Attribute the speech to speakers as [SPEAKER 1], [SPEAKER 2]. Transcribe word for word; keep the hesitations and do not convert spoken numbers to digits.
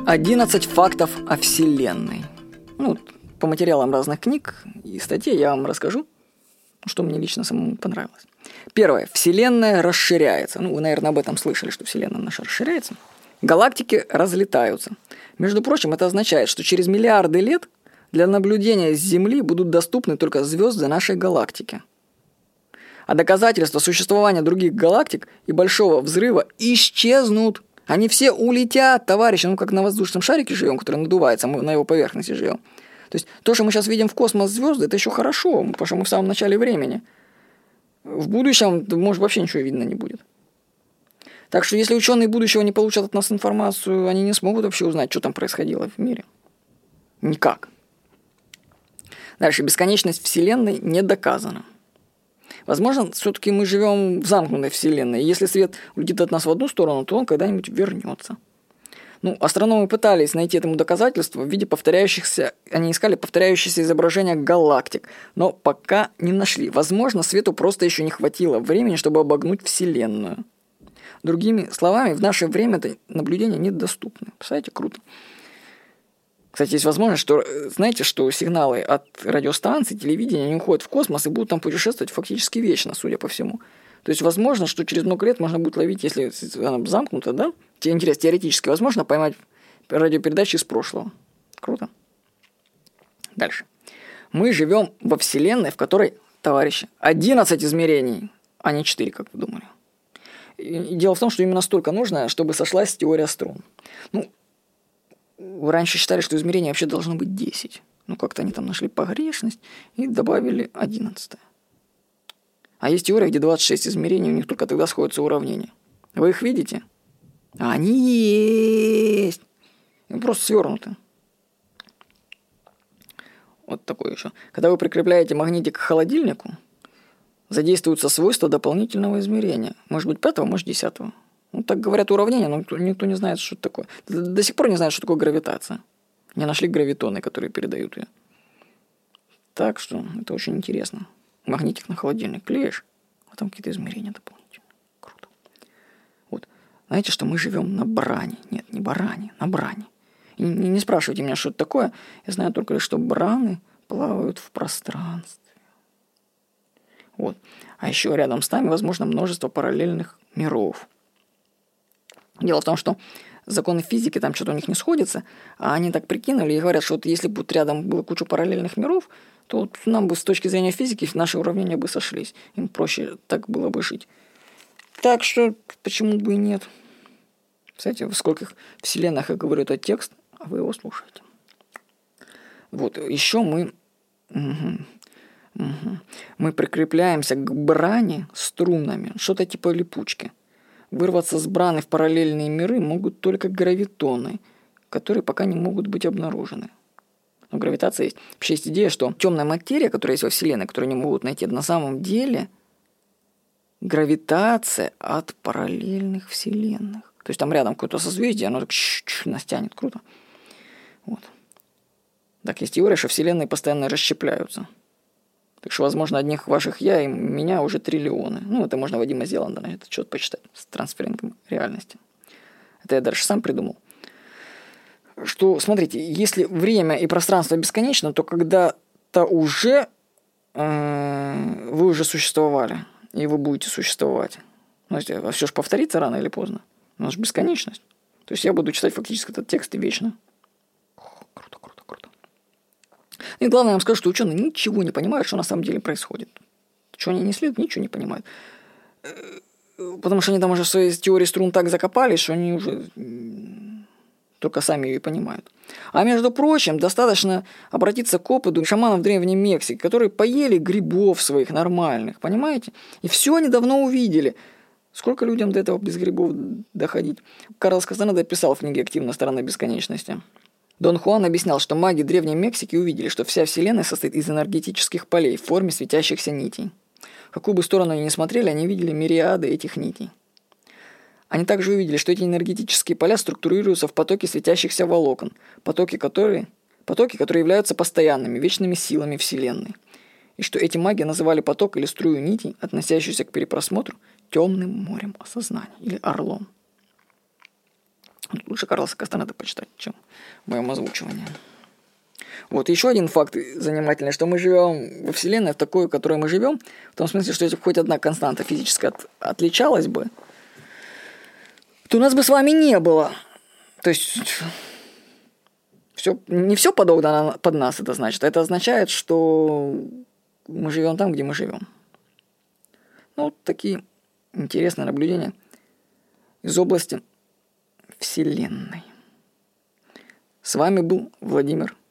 [SPEAKER 1] одиннадцать фактов о Вселенной. Ну, по материалам разных книг и статей я вам расскажу, что мне лично самому понравилось. Первое. Вселенная расширяется. Ну, вы, наверное, об этом слышали, что Вселенная наша расширяется. Галактики разлетаются. Между прочим, это означает, что через миллиарды лет для наблюдения с Земли будут доступны только звезды нашей галактики. А доказательства существования других галактик и Большого взрыва исчезнут. Они все улетят, товарищи, ну как на воздушном шарике живем, который надувается, мы на его поверхности живем. То есть то, что мы сейчас видим в космос звезды, это еще хорошо, потому что мы в самом начале времени. В будущем, может, вообще ничего видно не будет. Так что если ученые будущего не получат от нас информацию, они не смогут вообще узнать, что там происходило в мире. Никак. Дальше. Бесконечность Вселенной не доказана. Возможно, все-таки мы живем в замкнутой Вселенной. И если свет улетит от нас в одну сторону, то он когда-нибудь вернется. Ну, астрономы пытались найти этому доказательство в виде повторяющихся, они искали повторяющиеся изображения галактик, но пока не нашли. Возможно, свету просто еще не хватило времени, чтобы обогнуть Вселенную. Другими словами, в наше время это наблюдения недоступны. Представляете, круто. Кстати, есть возможность, что, знаете, что сигналы от радиостанций, телевидения, они уходят в космос и будут там путешествовать фактически вечно, судя по всему. То есть, возможно, что через много лет можно будет ловить, если она замкнута, да? Интересно, теоретически возможно поймать радиопередачи из прошлого. Круто. Дальше. Мы живем во Вселенной, в которой, товарищи, одиннадцать измерений, а не четыре, как вы думали. И дело в том, что именно столько нужно, чтобы сошлась теория струн. Ну, раньше считали, что измерений вообще должно быть десять. Ну, как-то они там нашли погрешность и добавили одиннадцатое. А есть теория, где двадцать шесть измерений, у них только тогда сходятся уравнения. Вы их видите? Они есть. Они просто свернуты. Вот такое еще. Когда вы прикрепляете магнитик к холодильнику, задействуются свойства дополнительного измерения. Может быть, пятого, может, десятого. Ну, так говорят уравнения, но никто не знает, что это такое. До сих пор не знают, что такое гравитация. Не нашли гравитоны, которые передают ее. Так что это очень интересно. Магнитик на холодильник клеишь, а там какие-то измерения дополнительные. Круто. Вот. Знаете, что мы живем на Бране? Нет, не Баране, на Бране. И не, не спрашивайте меня, что это такое. Я знаю только лишь, что Браны плавают в пространстве. Вот. А еще рядом с нами, возможно, множество параллельных миров. Дело в том, что законы физики там что-то у них не сходятся, а они так прикинули и говорят, что вот если бы рядом было куча параллельных миров, то вот нам бы с точки зрения физики наши уравнения бы сошлись. Им проще так было бы жить. Так что почему бы и нет? Кстати, в скольких вселенных я говорю этот текст, а вы его слушаете. Вот, еще мы... Угу. Угу. Мы прикрепляемся к бране струнами, что-то типа липучки. Вырваться с браны в параллельные миры могут только гравитоны, которые пока не могут быть обнаружены. Но гравитация есть. Вообще есть идея, что темная материя, которая есть во Вселенной, которую не могут найти, это на самом деле гравитация от параллельных вселенных. То есть там рядом какое-то созвездие, оно так нас тянет. Круто. Вот. Так, есть теория, что вселенные постоянно расщепляются. Так что, возможно, одних ваших я и меня уже триллионы. Ну, это можно Вадима Зеланда на этот счет почитать с трансферингом реальности. Это я дальше сам придумал. Что, смотрите, если время и пространство бесконечно, то когда-то уже э, вы уже существовали, и вы будете существовать. Ну, все же повторится рано или поздно. У нас же бесконечность. То есть я буду читать фактически этот текст и вечно. Круто, круто, круто. И главное, я вам скажу, что ученые ничего не понимают, что на самом деле происходит. Что они не исследуют, ничего не понимают. Потому что они там уже в своей теории струн так закопались, что они уже только сами ее и понимают. А между прочим, достаточно обратиться к опыту шаманов Древней Мексики, которые поели грибов своих нормальных, понимаете? И все они давно увидели. Сколько людям до этого без грибов доходить? Карлос Кастанеда писал в книге «Активная сторона бесконечности». Дон Хуан объяснял, что маги Древней Мексики увидели, что вся Вселенная состоит из энергетических полей в форме светящихся нитей. В какую бы сторону они ни смотрели, они видели мириады этих нитей. Они также увидели, что эти энергетические поля структурируются в потоки светящихся волокон, потоки которые, потоки, которые являются постоянными, вечными силами Вселенной. И что эти маги называли поток или струю нитей, относящуюся к перепросмотру, темным морем осознания или орлом. Лучше Карлоса Кастанеда почитать, чем в моем озвучивании. Вот еще один факт занимательный, что мы живем во Вселенной, в такой, в которой мы живем, в том смысле, что если хоть одна константа физическая от, отличалась бы, то у нас бы с вами не было. То есть все, не все подогнано под нас, это значит. Это означает, что мы живем там, где мы живем. Ну, вот такие интересные наблюдения из области Вселенной. С вами был Владимир